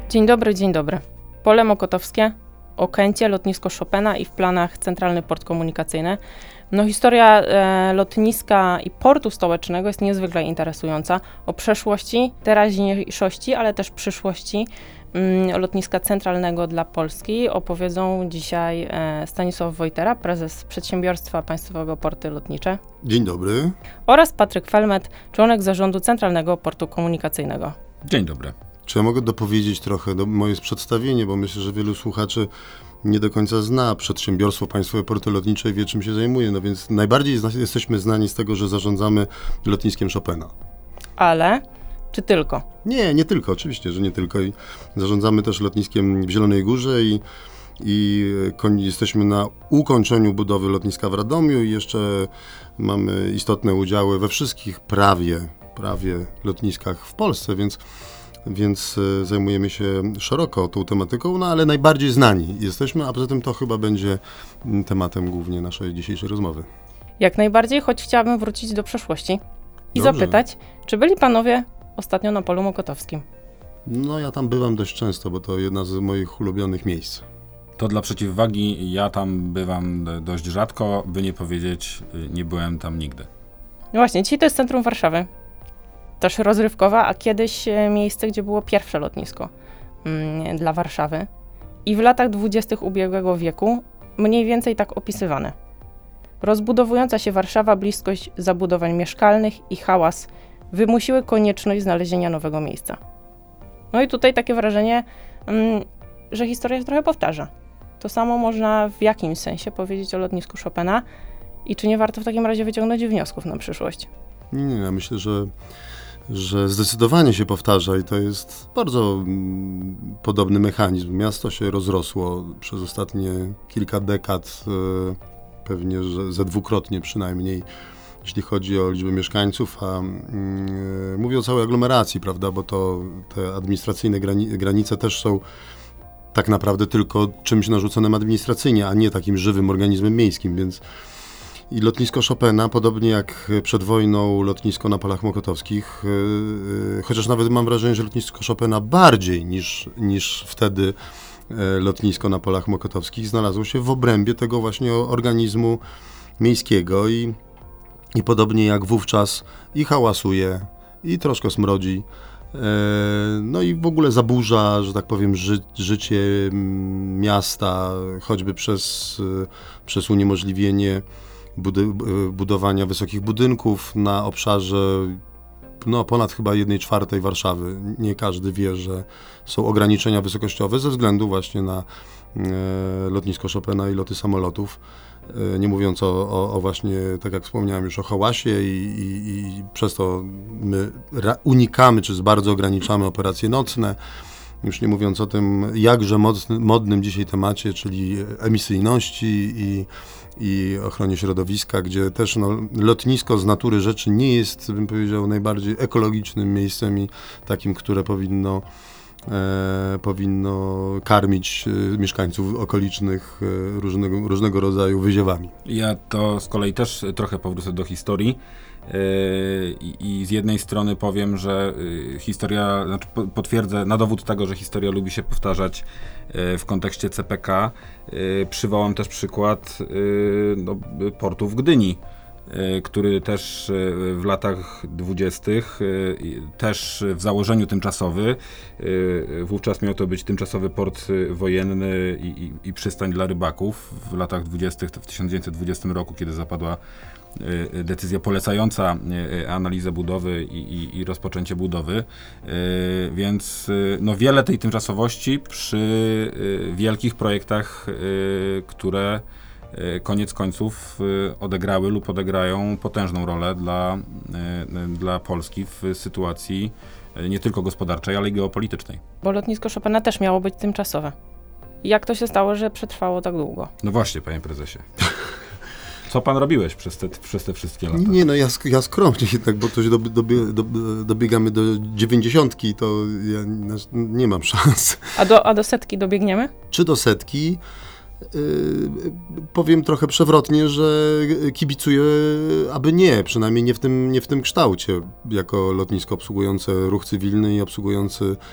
Dzień dobry, dzień dobry. Pole Mokotowskie, Okęcie, lotnisko Chopina i w planach Centralny Port Komunikacyjny. Historia lotniska i portu stołecznego jest niezwykle interesująca. O przeszłości, teraźniejszości, ale też przyszłości lotniska centralnego dla Polski opowiedzą dzisiaj Stanisław Wojtera, prezes Przedsiębiorstwa Państwowego Porty Lotnicze. Dzień dobry. Oraz Patryk Felmet, członek zarządu Centralnego Portu Komunikacyjnego. Dzień dobry. Czy ja mogę dopowiedzieć trochę moje przedstawienie, bo myślę, że wielu słuchaczy nie do końca zna Przedsiębiorstwo Państwowe Porty Lotnicze i wie, czym się zajmuje. No więc najbardziej jesteśmy znani z tego, że zarządzamy lotniskiem Chopina. Ale czy tylko? Nie tylko, oczywiście, że nie tylko. I zarządzamy też lotniskiem w Zielonej Górze i jesteśmy na ukończeniu budowy lotniska w Radomiu i jeszcze mamy istotne udziały we wszystkich prawie lotniskach w Polsce, więc zajmujemy się szeroko tą tematyką, no ale najbardziej znani jesteśmy, a poza tym to chyba będzie tematem głównie naszej dzisiejszej rozmowy. Jak najbardziej, choć chciałabym wrócić do przeszłości i Dobrze. Zapytać, czy byli panowie ostatnio na polu mokotowskim? No ja tam bywam dość często, bo to jedna z moich ulubionych miejsc. To dla przeciwwagi, ja tam bywam dość rzadko, by nie powiedzieć, nie byłem tam nigdy. No właśnie, dzisiaj to jest centrum Warszawy. Też rozrywkowa, a kiedyś miejsce, gdzie było pierwsze lotnisko dla Warszawy. I w latach 20. ubiegłego wieku mniej więcej tak opisywane. Rozbudowująca się Warszawa, bliskość zabudowań mieszkalnych i hałas wymusiły konieczność znalezienia nowego miejsca. No i tutaj takie wrażenie, że historia się trochę powtarza. To samo można w jakimś sensie powiedzieć o lotnisku Chopina i czy nie warto w takim razie wyciągnąć wniosków na przyszłość? Nie, ja myślę, że zdecydowanie się powtarza i to jest bardzo podobny mechanizm. Miasto się rozrosło przez ostatnie kilka dekad, pewnie że ze dwukrotnie przynajmniej, jeśli chodzi o liczbę mieszkańców, a mówię o całej aglomeracji, prawda, bo to te administracyjne granice też są tak naprawdę tylko czymś narzuconym administracyjnie, a nie takim żywym organizmem miejskim, więc i lotnisko Chopina, podobnie jak przed wojną lotnisko na Polach Mokotowskich, chociaż nawet mam wrażenie, że lotnisko Chopina bardziej niż wtedy lotnisko na Polach Mokotowskich znalazło się w obrębie tego właśnie organizmu miejskiego i podobnie jak wówczas i hałasuje, i troszkę smrodzi, no i w ogóle zaburza, że tak powiem, życie miasta, choćby przez uniemożliwienie budowania wysokich budynków na obszarze ponad chyba 1/4 Warszawy. Nie każdy wie, że są ograniczenia wysokościowe ze względu właśnie na lotnisko Chopina i loty samolotów. Nie mówiąc o właśnie, tak jak wspomniałem już, o hałasie i przez to my unikamy, czy bardzo ograniczamy operacje nocne. Już nie mówiąc o tym jakże modnym dzisiaj temacie, czyli emisyjności i ochronie środowiska, gdzie też lotnisko z natury rzeczy nie jest, bym powiedział, najbardziej ekologicznym miejscem i takim, które powinno karmić mieszkańców okolicznych różnego rodzaju wyziewami. Ja to z kolei też trochę powrócę do historii i z jednej strony powiem, że historia, potwierdzę na dowód tego, że historia lubi się powtarzać w kontekście CPK. Przywołam też przykład portu w Gdyni, który też w latach 20. też w założeniu tymczasowy, wówczas miał to być tymczasowy port wojenny i przystań dla rybaków. W latach 20. w 1920 roku, kiedy zapadła decyzja polecająca analizę budowy i rozpoczęcie budowy, więc wiele tej tymczasowości przy wielkich projektach, które koniec końców odegrały lub odegrają potężną rolę dla Polski w sytuacji nie tylko gospodarczej, ale i geopolitycznej. Bo lotnisko Chopina też miało być tymczasowe. Jak to się stało, że przetrwało tak długo? No właśnie, panie prezesie. Co pan robiłeś przez te wszystkie lata? Nie, ja skromnie jednak, bo to się dobiegamy do 90, to ja nie mam szans. A do setki dobiegniemy? Czy do setki? Powiem trochę przewrotnie, że kibicuję, aby nie, przynajmniej nie w tym kształcie, jako lotnisko obsługujące ruch cywilny i obsługujący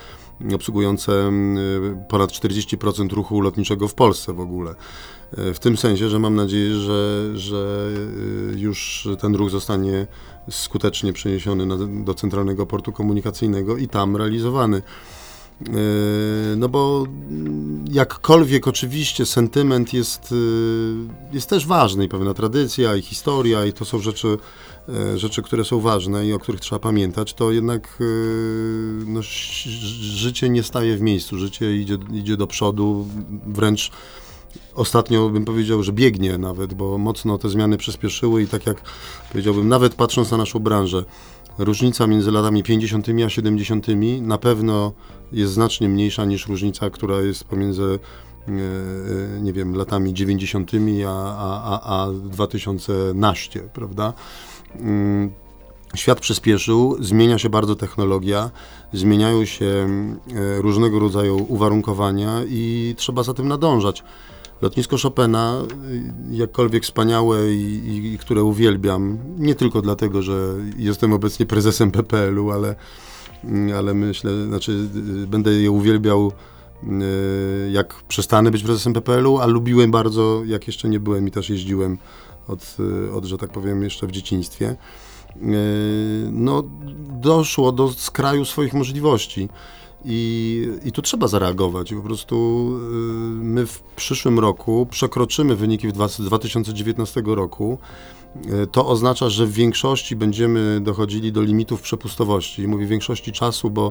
obsługujące ponad 40% ruchu lotniczego w Polsce w ogóle. W tym sensie, że mam nadzieję, że już ten ruch zostanie skutecznie przeniesiony do Centralnego Portu Komunikacyjnego i tam realizowany. No bo jakkolwiek oczywiście sentyment jest też ważny i pewna tradycja i historia i to są rzeczy, które są ważne i o których trzeba pamiętać, to jednak no, życie nie staje w miejscu, życie idzie do przodu, wręcz ostatnio bym powiedział, że biegnie nawet, bo mocno te zmiany przyspieszyły i tak jak powiedziałbym, nawet patrząc na naszą branżę, różnica między latami 50. a 70. na pewno jest znacznie mniejsza niż różnica, która jest pomiędzy, nie wiem, latami 90. a 2011, prawda? Świat przyspieszył, zmienia się bardzo technologia, zmieniają się różnego rodzaju uwarunkowania i trzeba za tym nadążać. Lotnisko Chopina, jakkolwiek wspaniałe i które uwielbiam, nie tylko dlatego, że jestem obecnie prezesem PPL-u, ale myślę, znaczy będę je uwielbiał, jak przestanę być prezesem PPL-u, a lubiłem bardzo, jak jeszcze nie byłem i też jeździłem od że tak powiem, jeszcze w dzieciństwie. No, doszło do skraju swoich możliwości. I tu trzeba zareagować. Po prostu my w przyszłym roku przekroczymy wyniki z 2019 roku. To oznacza, że w większości będziemy dochodzili do limitów przepustowości. Mówię w większości czasu, bo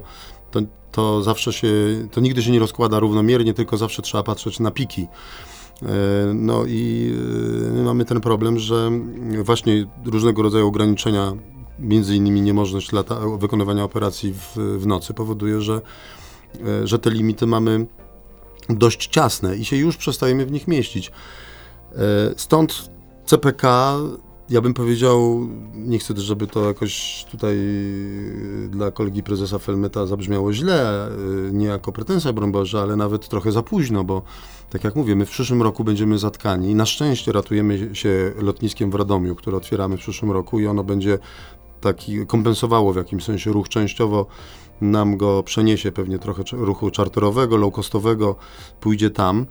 to nigdy się nie rozkłada równomiernie, tylko zawsze trzeba patrzeć na piki. No i my mamy ten problem, że właśnie różnego rodzaju ograniczenia, między innymi niemożność wykonywania operacji w nocy powoduje, że te limity mamy dość ciasne i się już przestajemy w nich mieścić. Stąd CPK, ja bym powiedział, nie chcę też, żeby to jakoś tutaj dla kolegi prezesa Felmeta zabrzmiało źle, nie jako pretensja, broń Boże, ale nawet trochę za późno, bo tak jak mówię, my w przyszłym roku będziemy zatkani. Na szczęście ratujemy się lotniskiem w Radomiu, które otwieramy w przyszłym roku i ono będzie kompensowało w jakimś sensie ruch, częściowo nam go przeniesie, pewnie trochę ruchu czarterowego, low-costowego pójdzie tam,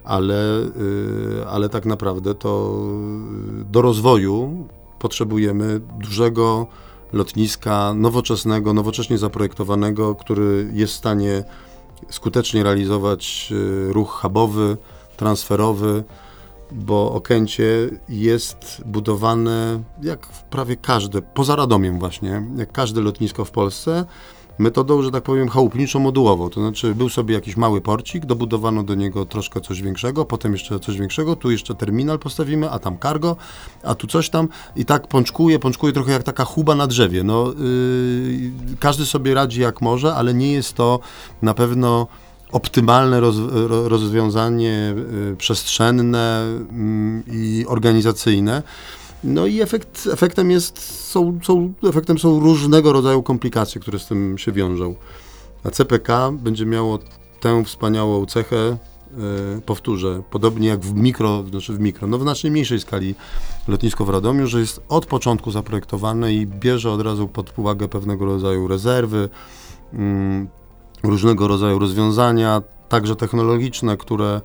ale tak naprawdę to do rozwoju potrzebujemy dużego lotniska, nowoczesnego, nowocześnie zaprojektowanego, który jest w stanie skutecznie realizować ruch hubowy, transferowy, bo Okęcie jest budowane jak prawie każde, poza Radomiem właśnie, jak każde lotnisko w Polsce, metodą, że tak powiem, chałupniczo-modułową. To znaczy był sobie jakiś mały porcik, dobudowano do niego troszkę coś większego, potem jeszcze coś większego, tu jeszcze terminal postawimy, a tam cargo, a tu coś tam i tak pączkuje trochę jak taka chuba na drzewie. No, każdy sobie radzi jak może, ale nie jest to na pewno optymalne rozwiązanie przestrzenne i organizacyjne. No i efektem są różnego rodzaju komplikacje, które z tym się wiążą. A CPK będzie miało tę wspaniałą cechę, powtórzę, podobnie jak w znacznie mniejszej skali lotnisko w Radomiu, że jest od początku zaprojektowane i bierze od razu pod uwagę pewnego rodzaju rezerwy, różnego rodzaju rozwiązania, także technologiczne,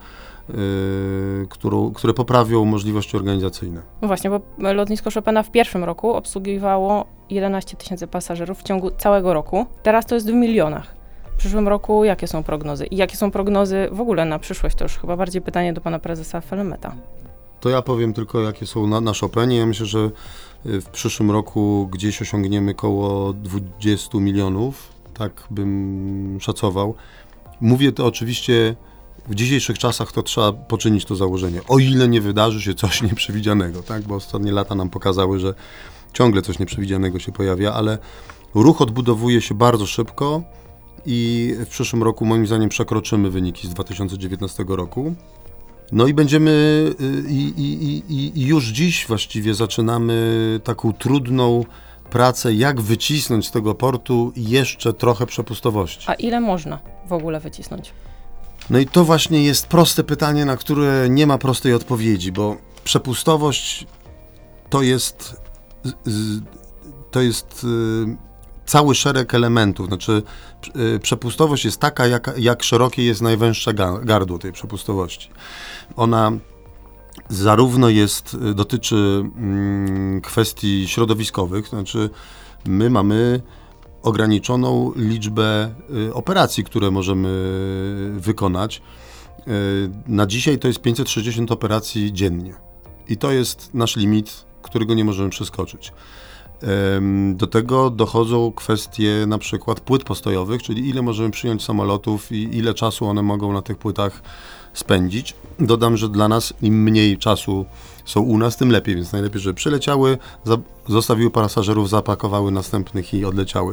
które poprawią możliwości organizacyjne. No właśnie, bo lotnisko Chopina w pierwszym roku obsługiwało 11 000 pasażerów w ciągu całego roku. Teraz to jest w milionach. W przyszłym roku jakie są prognozy? I jakie są prognozy w ogóle na przyszłość? To już chyba bardziej pytanie do pana prezesa Felmeta. To ja powiem tylko, jakie są na Chopinie. Ja myślę, że w przyszłym roku gdzieś osiągniemy koło 20 milionów, tak bym szacował. Mówię to oczywiście, w dzisiejszych czasach to trzeba poczynić to założenie, o ile nie wydarzy się coś nieprzewidzianego, tak? Bo ostatnie lata nam pokazały, że ciągle coś nieprzewidzianego się pojawia, ale ruch odbudowuje się bardzo szybko i w przyszłym roku moim zdaniem przekroczymy wyniki z 2019 roku. No i będziemy i już dziś właściwie zaczynamy taką trudną pracę, jak wycisnąć z tego portu jeszcze trochę przepustowości. A ile można w ogóle wycisnąć? No i to właśnie jest proste pytanie, na które nie ma prostej odpowiedzi, bo przepustowość to jest cały szereg elementów. Znaczy przepustowość jest taka, jak szerokie jest najwęższe gardło tej przepustowości. Ona zarówno dotyczy kwestii środowiskowych, znaczy my mamy ograniczoną liczbę operacji, które możemy wykonać. Na dzisiaj to jest 560 operacji dziennie. I to jest nasz limit, którego nie możemy przeskoczyć. Do tego dochodzą kwestie na przykład płyt postojowych, czyli ile możemy przyjąć samolotów i ile czasu one mogą na tych płytach spędzić. Dodam, że dla nas im mniej czasu są u nas, tym lepiej, więc najlepiej, żeby przyleciały, zostawiły pasażerów, zapakowały następnych i odleciały.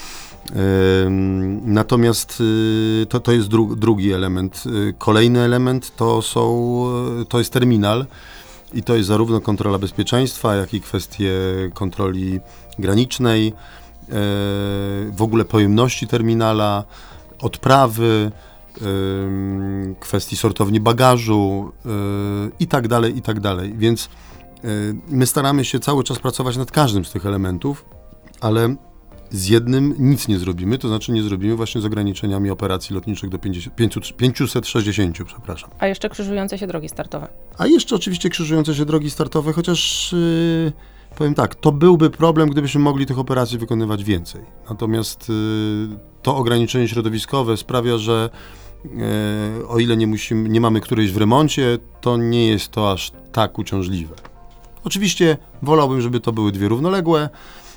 Natomiast to jest drugi element. Kolejny element to jest terminal i to jest zarówno kontrola bezpieczeństwa, jak i kwestie kontroli granicznej, w ogóle pojemności terminala, odprawy, kwestii sortowni bagażu i tak dalej. Więc my staramy się cały czas pracować nad każdym z tych elementów, ale z jednym nic nie zrobimy, to znaczy nie zrobimy właśnie z ograniczeniami operacji lotniczych do 560, przepraszam. A jeszcze krzyżujące się drogi startowe. A jeszcze oczywiście krzyżujące się drogi startowe, chociaż powiem tak, to byłby problem, gdybyśmy mogli tych operacji wykonywać więcej. Natomiast to ograniczenie środowiskowe sprawia, że o ile nie mamy którejś w remoncie, to nie jest to aż tak uciążliwe. Oczywiście wolałbym, żeby to były dwie równoległe,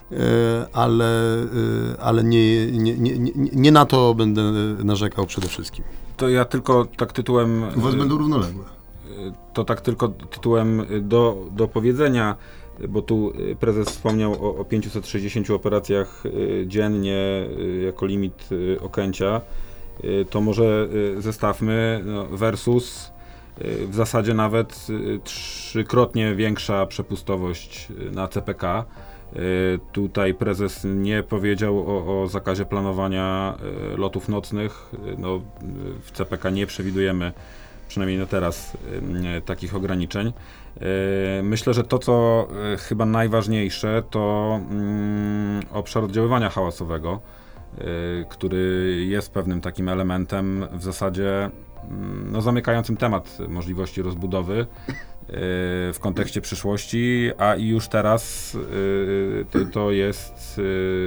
ale nie na to będę narzekał przede wszystkim. To ja tylko tak tytułem... U was będą równoległe. To tak tylko tytułem do powiedzenia, bo tu prezes wspomniał o 560 operacjach dziennie jako limit Okęcia. To może zestawmy versus w zasadzie nawet 3-krotnie większa przepustowość na CPK. Tutaj prezes nie powiedział o zakazie planowania lotów nocnych. No, w CPK nie przewidujemy, przynajmniej na teraz, takich ograniczeń. Myślę, że to, co chyba najważniejsze, to obszar oddziaływania hałasowego, który jest pewnym takim elementem w zasadzie zamykającym temat możliwości rozbudowy w kontekście przyszłości, a i już teraz to jest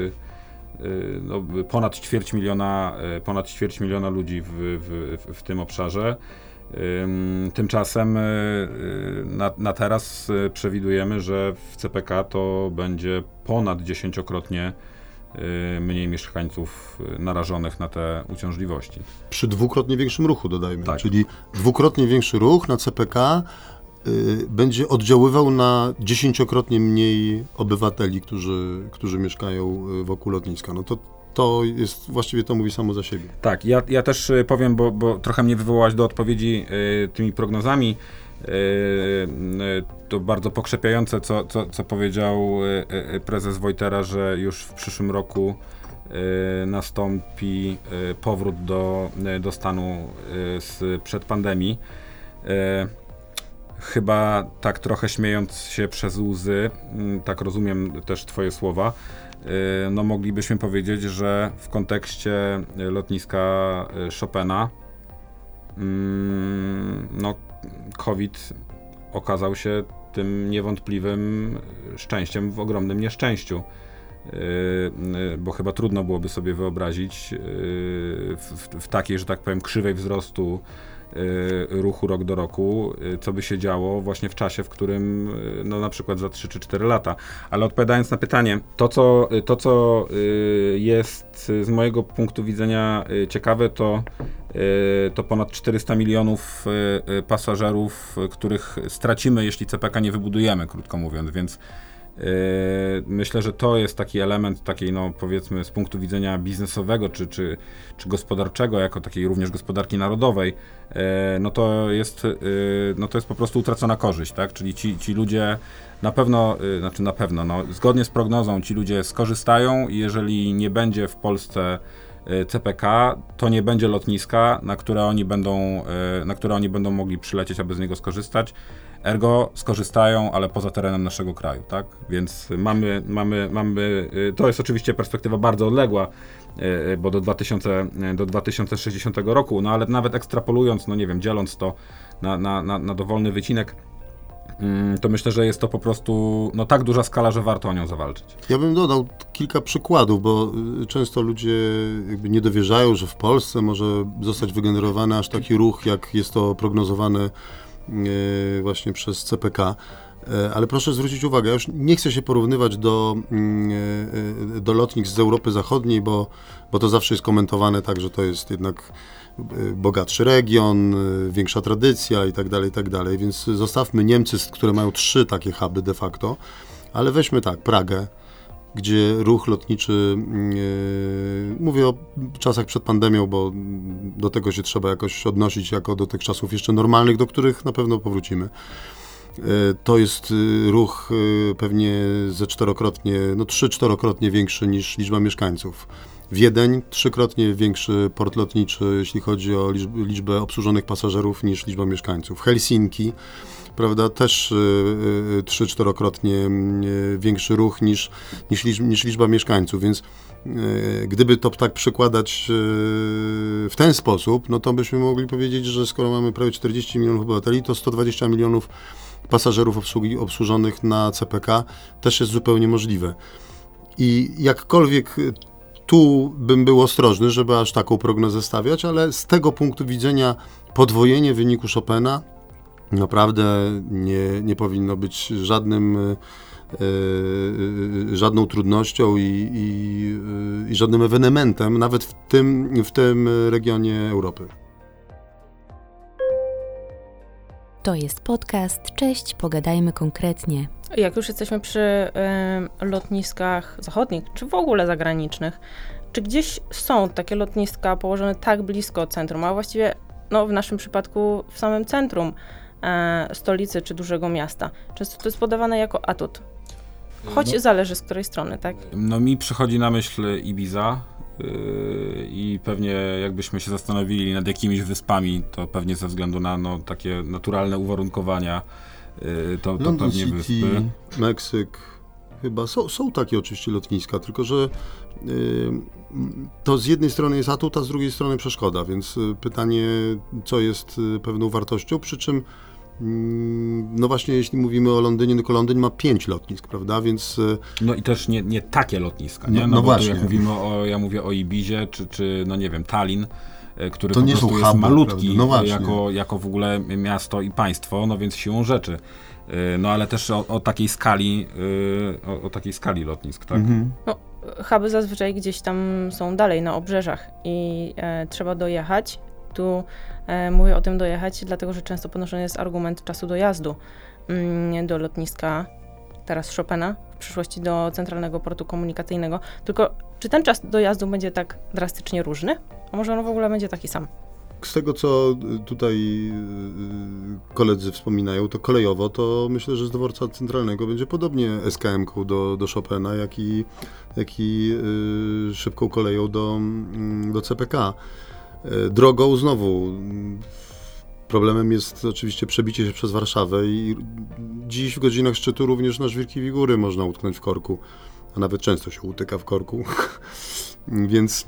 ponad ćwierć miliona ludzi w tym obszarze. Tymczasem na teraz przewidujemy, że w CPK to będzie ponad 10-krotnie mniej mieszkańców narażonych na te uciążliwości. Przy dwukrotnie większym ruchu, dodajmy. Tak. Czyli dwukrotnie większy ruch na CPK będzie oddziaływał na 10-krotnie mniej obywateli, którzy mieszkają wokół lotniska. No to jest, właściwie to mówi samo za siebie. Tak, ja też powiem, bo trochę mnie wywołałaś do odpowiedzi tymi prognozami. To bardzo pokrzepiające, co powiedział prezes Wojtera, że już w przyszłym roku nastąpi powrót do stanu sprzed pandemii. Chyba tak trochę śmiejąc się przez łzy, tak rozumiem też twoje słowa, no moglibyśmy powiedzieć, że w kontekście lotniska Chopina no COVID okazał się tym niewątpliwym szczęściem w ogromnym nieszczęściu, bo chyba trudno byłoby sobie wyobrazić w takiej, że tak powiem, krzywej wzrostu ruchu rok do roku, co by się działo właśnie w czasie, w którym no na przykład za 3 czy 4 lata. Ale odpowiadając na pytanie, to co jest z mojego punktu widzenia ciekawe, to ponad 400 milionów pasażerów, których stracimy, jeśli CPK nie wybudujemy, krótko mówiąc, więc myślę, że to jest taki element takiej, no powiedzmy, z punktu widzenia biznesowego czy gospodarczego, jako takiej również gospodarki narodowej, no to jest po prostu utracona korzyść, tak? Czyli ci ludzie na pewno, no, zgodnie z prognozą ci ludzie skorzystają i jeżeli nie będzie w Polsce CPK, to nie będzie lotniska, na które oni będą mogli przylecieć, aby z niego skorzystać. ergo skorzystają, ale poza terenem naszego kraju, tak? Więc mamy to jest oczywiście perspektywa bardzo odległa, bo do 2060 roku, no ale nawet ekstrapolując, no nie wiem, dzieląc to na dowolny wycinek, to myślę, że jest to po prostu no, tak duża skala, że warto o nią zawalczyć. Ja bym dodał kilka przykładów, bo często ludzie jakby nie dowierzają, że w Polsce może zostać wygenerowany aż taki ruch, jak jest to prognozowane właśnie przez CPK. Ale proszę zwrócić uwagę, ja już nie chcę się porównywać do lotnisk z Europy Zachodniej, bo to zawsze jest komentowane tak, że to jest jednak bogatszy region, większa tradycja i tak dalej, więc zostawmy Niemcy, które mają 3 takie huby de facto, ale weźmy tak, Pragę, gdzie ruch lotniczy, mówię o czasach przed pandemią, bo do tego się trzeba jakoś odnosić jako do tych czasów jeszcze normalnych, do których na pewno powrócimy. To jest ruch pewnie ze 3-4-krotnie większy niż liczba mieszkańców. Wiedeń 3-krotnie większy port lotniczy, jeśli chodzi o liczbę obsłużonych pasażerów niż liczba mieszkańców. Helsinki, prawda, też 3-4-krotnie większy ruch niż liczba mieszkańców, więc gdyby to tak przykładać w ten sposób, no to byśmy mogli powiedzieć, że skoro mamy prawie 40 milionów obywateli, to 120 milionów pasażerów obsłużonych na CPK też jest zupełnie możliwe. I jakkolwiek tu bym był ostrożny, żeby aż taką prognozę stawiać, ale z tego punktu widzenia podwojenie wyniku Chopina naprawdę nie powinno być żadną trudnością i żadnym ewenementem, nawet w tym regionie Europy. To jest podcast. Cześć, pogadajmy konkretnie. Jak już jesteśmy przy lotniskach zachodnich, czy w ogóle zagranicznych, czy gdzieś są takie lotniska położone tak blisko centrum, a właściwie no, w naszym przypadku w samym centrum stolicy czy dużego miasta? Często to jest podawane jako atut. Choć zależy z której strony, tak? No mi przychodzi na myśl Ibiza i pewnie jakbyśmy się zastanowili nad jakimiś wyspami, to pewnie ze względu na no, takie naturalne uwarunkowania, to London pewnie City, wyspy. Meksyk, chyba są takie oczywiście lotniska, tylko że to z jednej strony jest atut, a z drugiej strony przeszkoda, więc pytanie, co jest pewną wartością, przy czym no właśnie jeśli mówimy o Londynie, tylko Londyn ma 5 lotnisk, prawda, więc... No i też nie takie lotniska, nie? No bo właśnie. jak mówimy ja mówię o Ibizie, czy no nie wiem, Tallinn, który to po nie prostu są jest huby, malutki no jako w ogóle miasto i państwo, no więc siłą rzeczy. No ale też o takiej skali lotnisk, tak? Mhm. No, huby zazwyczaj gdzieś tam są dalej na obrzeżach i trzeba dojechać. Tu mówię o tym dojechać, dlatego że często podnoszony jest argument czasu dojazdu do lotniska, teraz Chopina, w przyszłości do Centralnego Portu Komunikacyjnego. Tylko czy ten czas dojazdu będzie tak drastycznie różny? A może on w ogóle będzie taki sam? Z tego, co tutaj koledzy wspominają, to kolejowo, to myślę, że z dworca centralnego będzie podobnie SKM-ką do Chopina, jak i szybką koleją do CPK. Drogą znowu problemem jest oczywiście przebicie się przez Warszawę i dziś w godzinach szczytu również na Żwirki Góry można utknąć w korku, a nawet często się utyka w korku, więc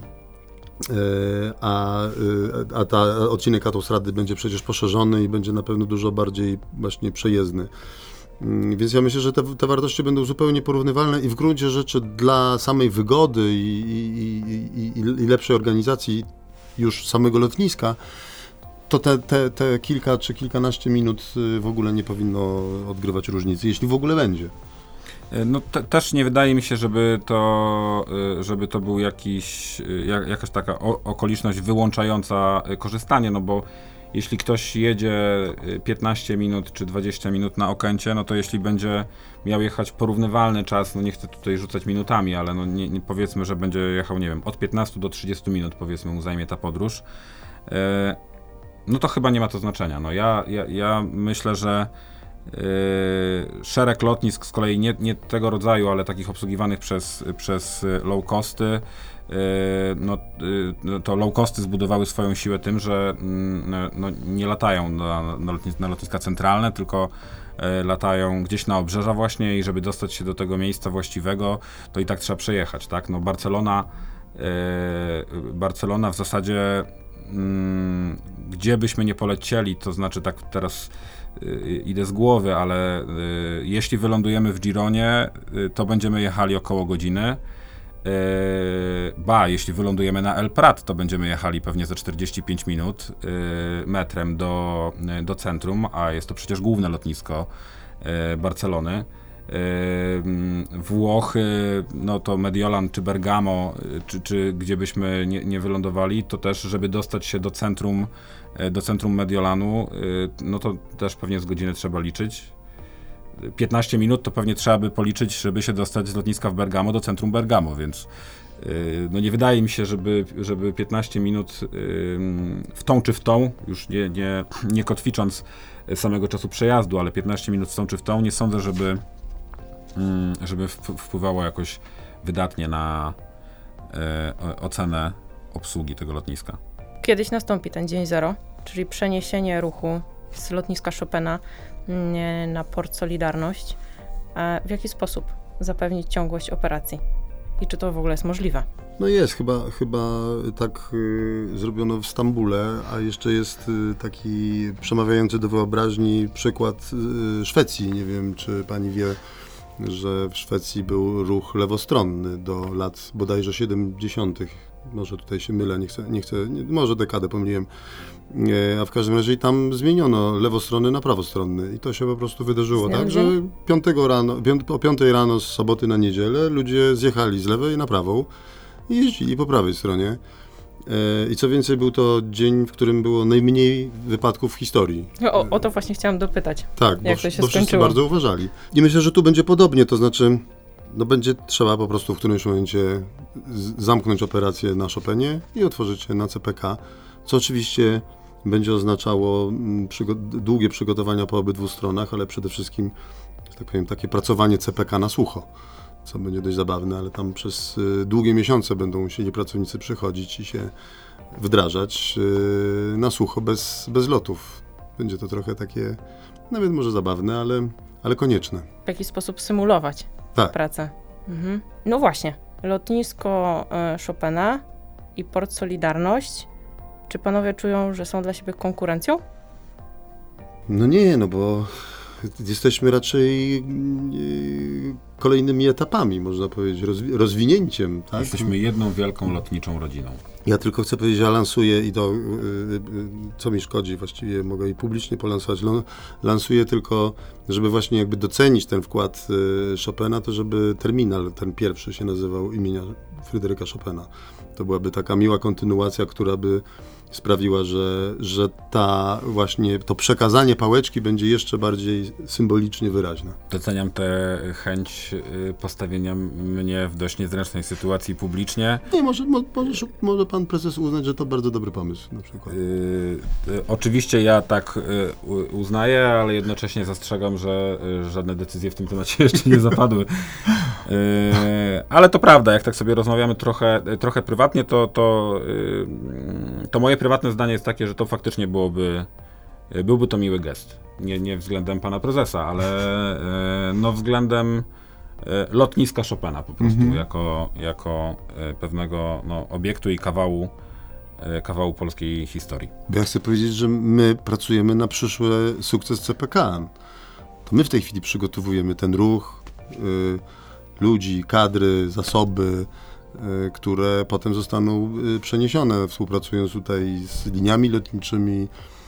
a odcinek autostrady będzie przecież poszerzony i będzie na pewno dużo bardziej właśnie przejezdny. Więc ja myślę, że te wartości będą zupełnie porównywalne i w gruncie rzeczy dla samej wygody i lepszej organizacji już samego lotniska, to te kilka czy kilkanaście minut w ogóle nie powinno odgrywać różnicy, jeśli w ogóle będzie. No też nie wydaje mi się, żeby to był jakaś taka okoliczność wyłączająca korzystanie, no bo jeśli ktoś jedzie 15 minut czy 20 minut na Okęcie, no to jeśli będzie miał jechać porównywalny czas, no nie chcę tutaj rzucać minutami, ale no nie powiedzmy, że będzie jechał, nie wiem, od 15 do 30 minut powiedzmy mu zajmie ta podróż, no to chyba nie ma to znaczenia. No ja myślę, że Szereg lotnisk z kolei nie tego rodzaju, ale takich obsługiwanych przez low costy, to low costy zbudowały swoją siłę tym, że nie latają na lotniska centralne, tylko latają gdzieś na obrzeża właśnie i żeby dostać się do tego miejsca właściwego, to i tak trzeba przejechać, tak? No Barcelona w zasadzie gdzie byśmy nie polecieli, to znaczy tak teraz idę z głowy, ale jeśli wylądujemy w Gironie, to będziemy jechali około godziny. Jeśli wylądujemy na El Prat, to będziemy jechali pewnie za 45 minut metrem do centrum, a jest to przecież główne lotnisko Barcelony. Włochy, no to Mediolan czy Bergamo, czy gdzie byśmy nie wylądowali, to też, żeby dostać się do centrum Mediolanu, no to też pewnie z godziny trzeba liczyć. 15 minut to pewnie trzeba by policzyć, żeby się dostać z lotniska w Bergamo do centrum Bergamo, więc no nie wydaje mi się, żeby 15 minut w tą czy w tą, już nie kotwicząc samego czasu przejazdu, ale 15 minut w tą czy w tą, nie sądzę, żeby wpływało jakoś wydatnie na ocenę obsługi tego lotniska. Kiedyś nastąpi ten dzień zero, czyli przeniesienie ruchu z lotniska Chopina na port Solidarność. W jaki sposób zapewnić ciągłość operacji? I czy to w ogóle jest możliwe? No jest, chyba tak zrobiono w Stambule, a jeszcze jest taki przemawiający do wyobraźni przykład Szwecji. Nie wiem, czy pani wie, że w Szwecji był ruch lewostronny do lat bodajże 70. Może tutaj się mylę, może dekadę pomyliłem. A w każdym razie tam zmieniono lewostronny na prawostronny i to się po prostu wydarzyło tak, że o 5 rano z soboty na niedzielę ludzie zjechali z lewej na prawą i jeździli po prawej stronie. I co więcej, był to dzień, w którym było najmniej wypadków w historii. O to właśnie chciałam dopytać. Tak, bo wszyscy bardzo uważali. I myślę, że tu będzie podobnie, to znaczy będzie trzeba po prostu w którymś momencie zamknąć operację na Chopinie i otworzyć się na CPK, co oczywiście będzie oznaczało długie przygotowania po obydwu stronach, ale przede wszystkim, że tak powiem, takie pracowanie CPK na sucho, co będzie dość zabawne, ale tam przez długie miesiące będą musieli pracownicy przychodzić i się wdrażać na sucho, bez lotów. Będzie to trochę takie, nawet może zabawne, ale konieczne. W jaki sposób symulować pracę? Mhm. No właśnie, lotnisko Chopina i port Solidarność. Czy panowie czują, że są dla siebie konkurencją? No nie, bo jesteśmy raczej kolejnymi etapami, można powiedzieć, rozwinięciem. Tak? Jesteśmy jedną wielką lotniczą rodziną. Ja tylko chcę powiedzieć, że lansuję i to, co mi szkodzi, właściwie mogę i publicznie polansować, lansuję tylko, żeby właśnie jakby docenić ten wkład Chopina, to żeby terminal ten pierwszy się nazywał imienia Fryderyka Chopina. To byłaby taka miła kontynuacja, która by sprawiła, że to przekazanie pałeczki będzie jeszcze bardziej symbolicznie wyraźne. Doceniam tę chęć postawienia mnie w dość niezręcznej sytuacji publicznie. Nie, może pan prezes uznać, że to bardzo dobry pomysł na przykład. Oczywiście ja tak uznaję, ale jednocześnie zastrzegam, że żadne decyzje w tym temacie jeszcze nie zapadły. Ale to prawda, jak tak sobie rozmawiamy trochę prywatnie, to moje prywatne zdanie jest takie, że to faktycznie byłby to miły gest. Nie względem pana prezesa, ale względem lotniska Chopina po prostu, jako pewnego obiektu i kawału polskiej historii. Ja chcę powiedzieć, że my pracujemy na przyszły sukces CPK. To my w tej chwili przygotowujemy ten ruch, ludzi, kadry, zasoby, które potem zostaną przeniesione, współpracując tutaj z liniami lotniczymi.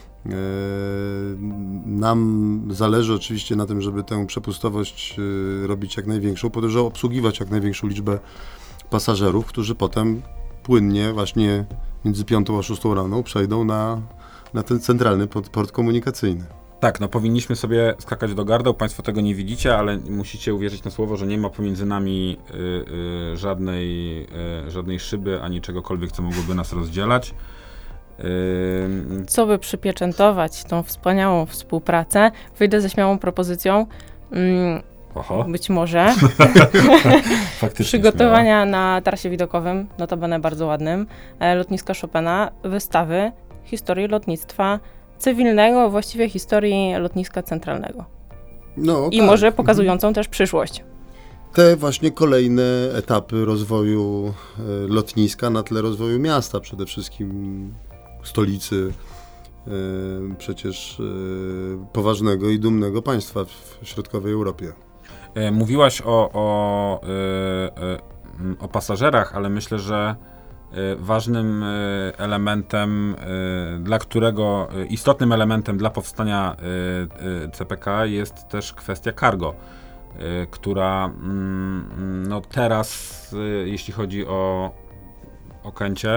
Nam zależy oczywiście na tym, żeby tę przepustowość robić jak największą, po to, żeby obsługiwać jak największą liczbę pasażerów, którzy potem płynnie właśnie między 5 a 6 rano przejdą na ten centralny port komunikacyjny. Tak, powinniśmy sobie skakać do gardeł, państwo tego nie widzicie, ale musicie uwierzyć na słowo, że nie ma pomiędzy nami żadnej szyby, ani czegokolwiek, co mogłoby nas rozdzielać. Co by przypieczętować tą wspaniałą współpracę, wyjdę ze śmiałą propozycją, być może przygotowania na tarasie widokowym, notabene bardzo ładnym, lotniska Chopina, wystawy historii lotnictwa cywilnego, właściwie historii lotniska centralnego. No, I może pokazującą też przyszłość. Te właśnie kolejne etapy rozwoju lotniska na tle rozwoju miasta, przede wszystkim stolicy przecież poważnego i dumnego państwa w środkowej Europie. Mówiłaś o pasażerach, ale myślę, że ważnym elementem, istotnym elementem dla powstania CPK jest też kwestia cargo, która no teraz, jeśli chodzi o Okęcie,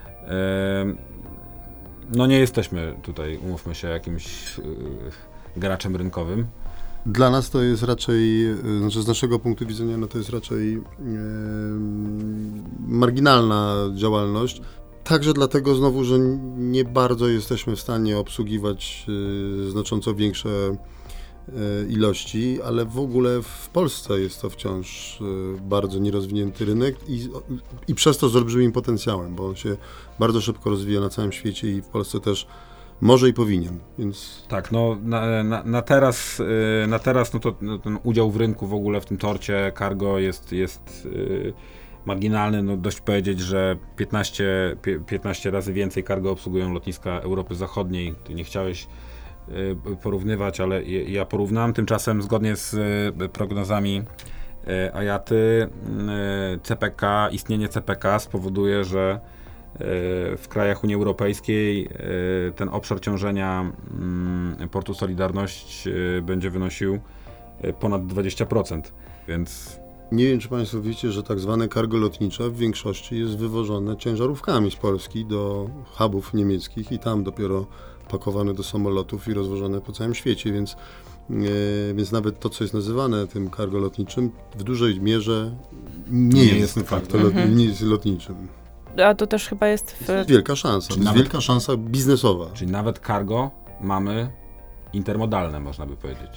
no nie jesteśmy tutaj, umówmy się, jakimś graczem rynkowym. Dla nas to jest raczej, znaczy z naszego punktu widzenia, no to jest raczej marginalna działalność. Także dlatego znowu, że nie bardzo jesteśmy w stanie obsługiwać znacząco większe ilości, ale w ogóle w Polsce jest to wciąż bardzo nierozwinięty rynek i przez to z olbrzymim potencjałem, bo on się bardzo szybko rozwija na całym świecie i w Polsce też może i powinien, więc... Tak, no na teraz no to ten udział w rynku w ogóle w tym torcie cargo jest marginalny. No dość powiedzieć, że 15 razy więcej cargo obsługują lotniska Europy Zachodniej. Ty nie chciałeś porównywać, ale ja porównam. Tymczasem zgodnie z prognozami IATA istnienie CPK spowoduje, że w krajach Unii Europejskiej ten obszar ciążenia portu Solidarność będzie wynosił ponad 20%, więc... Nie wiem, czy Państwo wiecie, że tak zwane cargo lotnicze w większości jest wywożone ciężarówkami z Polski do hubów niemieckich i tam dopiero pakowane do samolotów i rozwożone po całym świecie, więc nawet to, co jest nazywane tym cargo lotniczym, w dużej mierze nie jest de facto lotniczym. A to też chyba jest wielka szansa, wielka szansa biznesowa. Czyli nawet cargo mamy intermodalne, można by powiedzieć.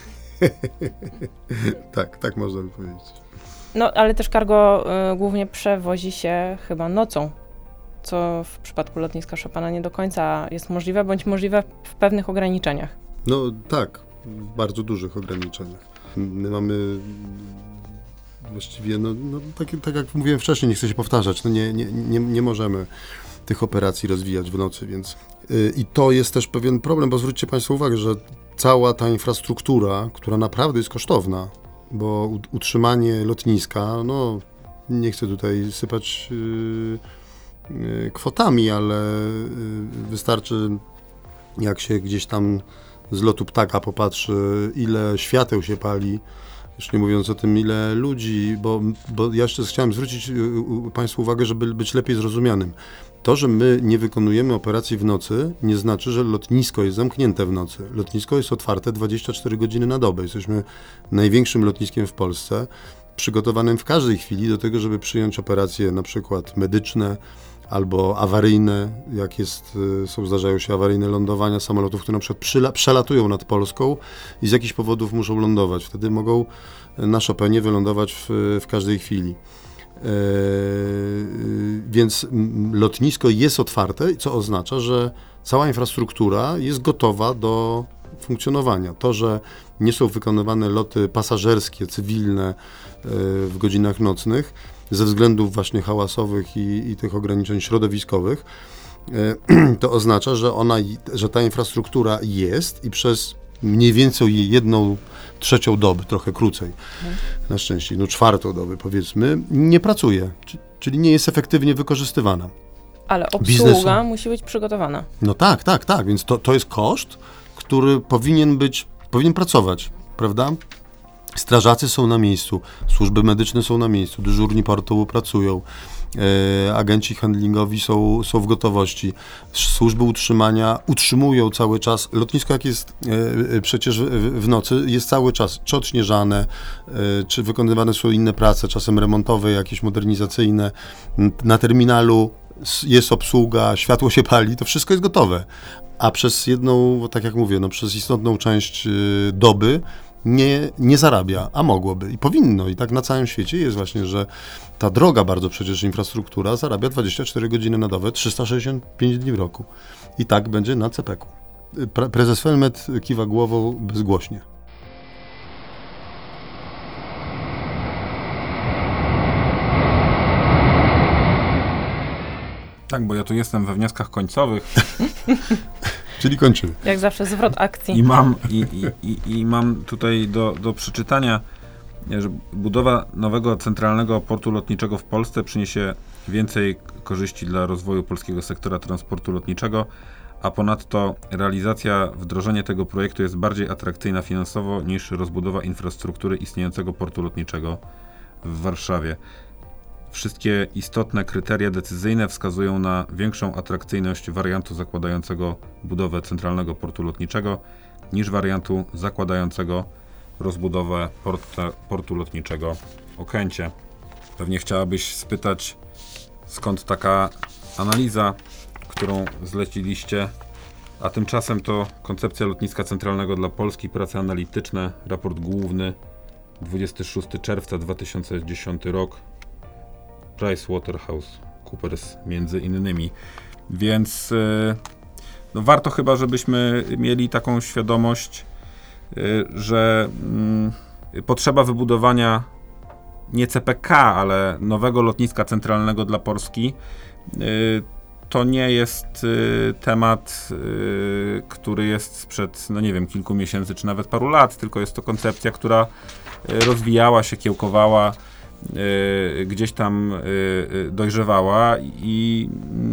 tak można by powiedzieć. No, ale też cargo głównie przewozi się chyba nocą, co w przypadku lotniska Chopina nie do końca jest możliwe, bądź możliwe w pewnych ograniczeniach. No tak, w bardzo dużych ograniczeniach. My mamy właściwie, tak jak mówiłem wcześniej, nie chcę się powtarzać, nie możemy tych operacji rozwijać w nocy, więc i to jest też pewien problem, bo zwróćcie Państwo uwagę, że cała ta infrastruktura, która naprawdę jest kosztowna, bo utrzymanie lotniska, nie chcę tutaj sypać kwotami, ale wystarczy, jak się gdzieś tam z lotu ptaka popatrzy, ile świateł się pali, już nie mówiąc o tym, ile ludzi, bo ja jeszcze chciałem zwrócić Państwu uwagę, żeby być lepiej zrozumianym. To, że my nie wykonujemy operacji w nocy, nie znaczy, że lotnisko jest zamknięte w nocy. Lotnisko jest otwarte 24 godziny na dobę. Jesteśmy największym lotniskiem w Polsce, przygotowanym w każdej chwili do tego, żeby przyjąć operacje na przykład medyczne albo awaryjne, zdarzają się awaryjne lądowania samolotów, które na przykład przelatują nad Polską i z jakichś powodów muszą lądować. Wtedy mogą na Chopinie wylądować w każdej chwili. Więc lotnisko jest otwarte, co oznacza, że cała infrastruktura jest gotowa do funkcjonowania. To, że nie są wykonywane loty pasażerskie, cywilne w godzinach nocnych ze względów właśnie hałasowych i tych ograniczeń środowiskowych, to oznacza, że ta infrastruktura jest i przez mniej więcej 1/3 doby, trochę krócej, na szczęście, 1/4 doby powiedzmy, nie pracuje, czyli nie jest efektywnie wykorzystywana. Ale obsługa musi być przygotowana. No tak, więc to jest koszt, który powinien pracować, prawda? Strażacy są na miejscu, służby medyczne są na miejscu, dyżurni portu pracują, agenci handlingowi są w gotowości, służby utrzymania utrzymują cały czas. Lotnisko, jak jest przecież w nocy, jest cały czas czy odśnieżane, czy wykonywane są inne prace, czasem remontowe, jakieś modernizacyjne. Na terminalu jest obsługa, światło się pali, to wszystko jest gotowe. A przez jedną, tak jak mówię, przez istotną część doby nie zarabia, a mogłoby i powinno. I tak na całym świecie jest właśnie, że ta droga bardzo przecież infrastruktura zarabia 24 godziny na dobę, 365 dni w roku. I tak będzie na CPK-u. Prezes Felmet kiwa głową bezgłośnie. Tak, bo ja tu jestem we wnioskach końcowych. Czyli kończymy. Jak zawsze zwrot akcji. I mam tutaj do przeczytania, że budowa nowego centralnego portu lotniczego w Polsce przyniesie więcej korzyści dla rozwoju polskiego sektora transportu lotniczego, a ponadto wdrożenie tego projektu jest bardziej atrakcyjna finansowo niż rozbudowa infrastruktury istniejącego portu lotniczego w Warszawie. Wszystkie istotne kryteria decyzyjne wskazują na większą atrakcyjność wariantu zakładającego budowę centralnego portu lotniczego niż wariantu zakładającego rozbudowę portu lotniczego w Okęcie. Pewnie chciałabyś spytać, skąd taka analiza, którą zleciliście, a tymczasem to koncepcja lotniska centralnego dla Polski, prace analityczne, raport główny, 26 czerwca 2010 rok, PricewaterhouseCoopers między innymi. Więc warto chyba, żebyśmy mieli taką świadomość, że potrzeba wybudowania nie CPK, ale nowego lotniska centralnego dla Polski to nie jest temat, który jest sprzed, kilku miesięcy, czy nawet paru lat, tylko jest to koncepcja, która rozwijała się, kiełkowała, gdzieś tam dojrzewała i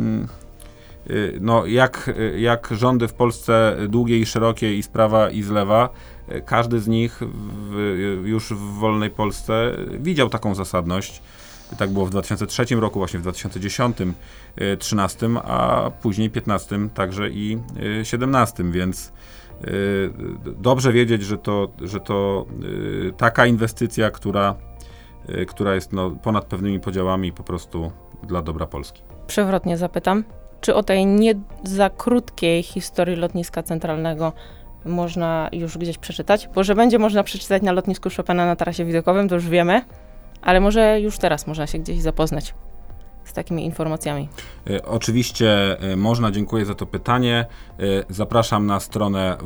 jak rządy w Polsce długie i szerokie i z prawa i z lewa, każdy z nich już w wolnej Polsce widział taką zasadność. Tak było w 2003 roku, właśnie w 2010, 2013, a później 2015 także i 2017, więc dobrze wiedzieć, że to taka inwestycja, która jest ponad pewnymi podziałami po prostu dla dobra Polski. Przewrotnie zapytam, czy o tej nie za krótkiej historii lotniska centralnego można już gdzieś przeczytać? Bo że będzie można przeczytać na lotnisku Chopina na tarasie widokowym, to już wiemy, ale może już teraz można się gdzieś zapoznać z takimi informacjami. Oczywiście można, dziękuję za to pytanie. Zapraszam na stronę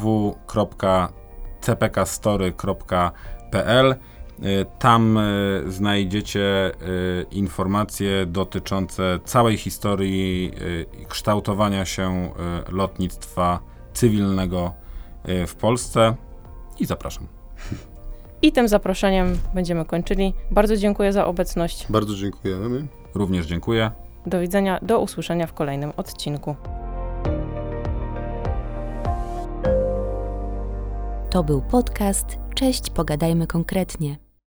www.cpkstory.pl. Tam znajdziecie informacje dotyczące całej historii kształtowania się lotnictwa cywilnego w Polsce i zapraszam. I tym zaproszeniem będziemy kończyli. Bardzo dziękuję za obecność. Bardzo dziękujemy. Również dziękuję. Do widzenia, do usłyszenia w kolejnym odcinku. To był podcast Cześć, pogadajmy konkretnie.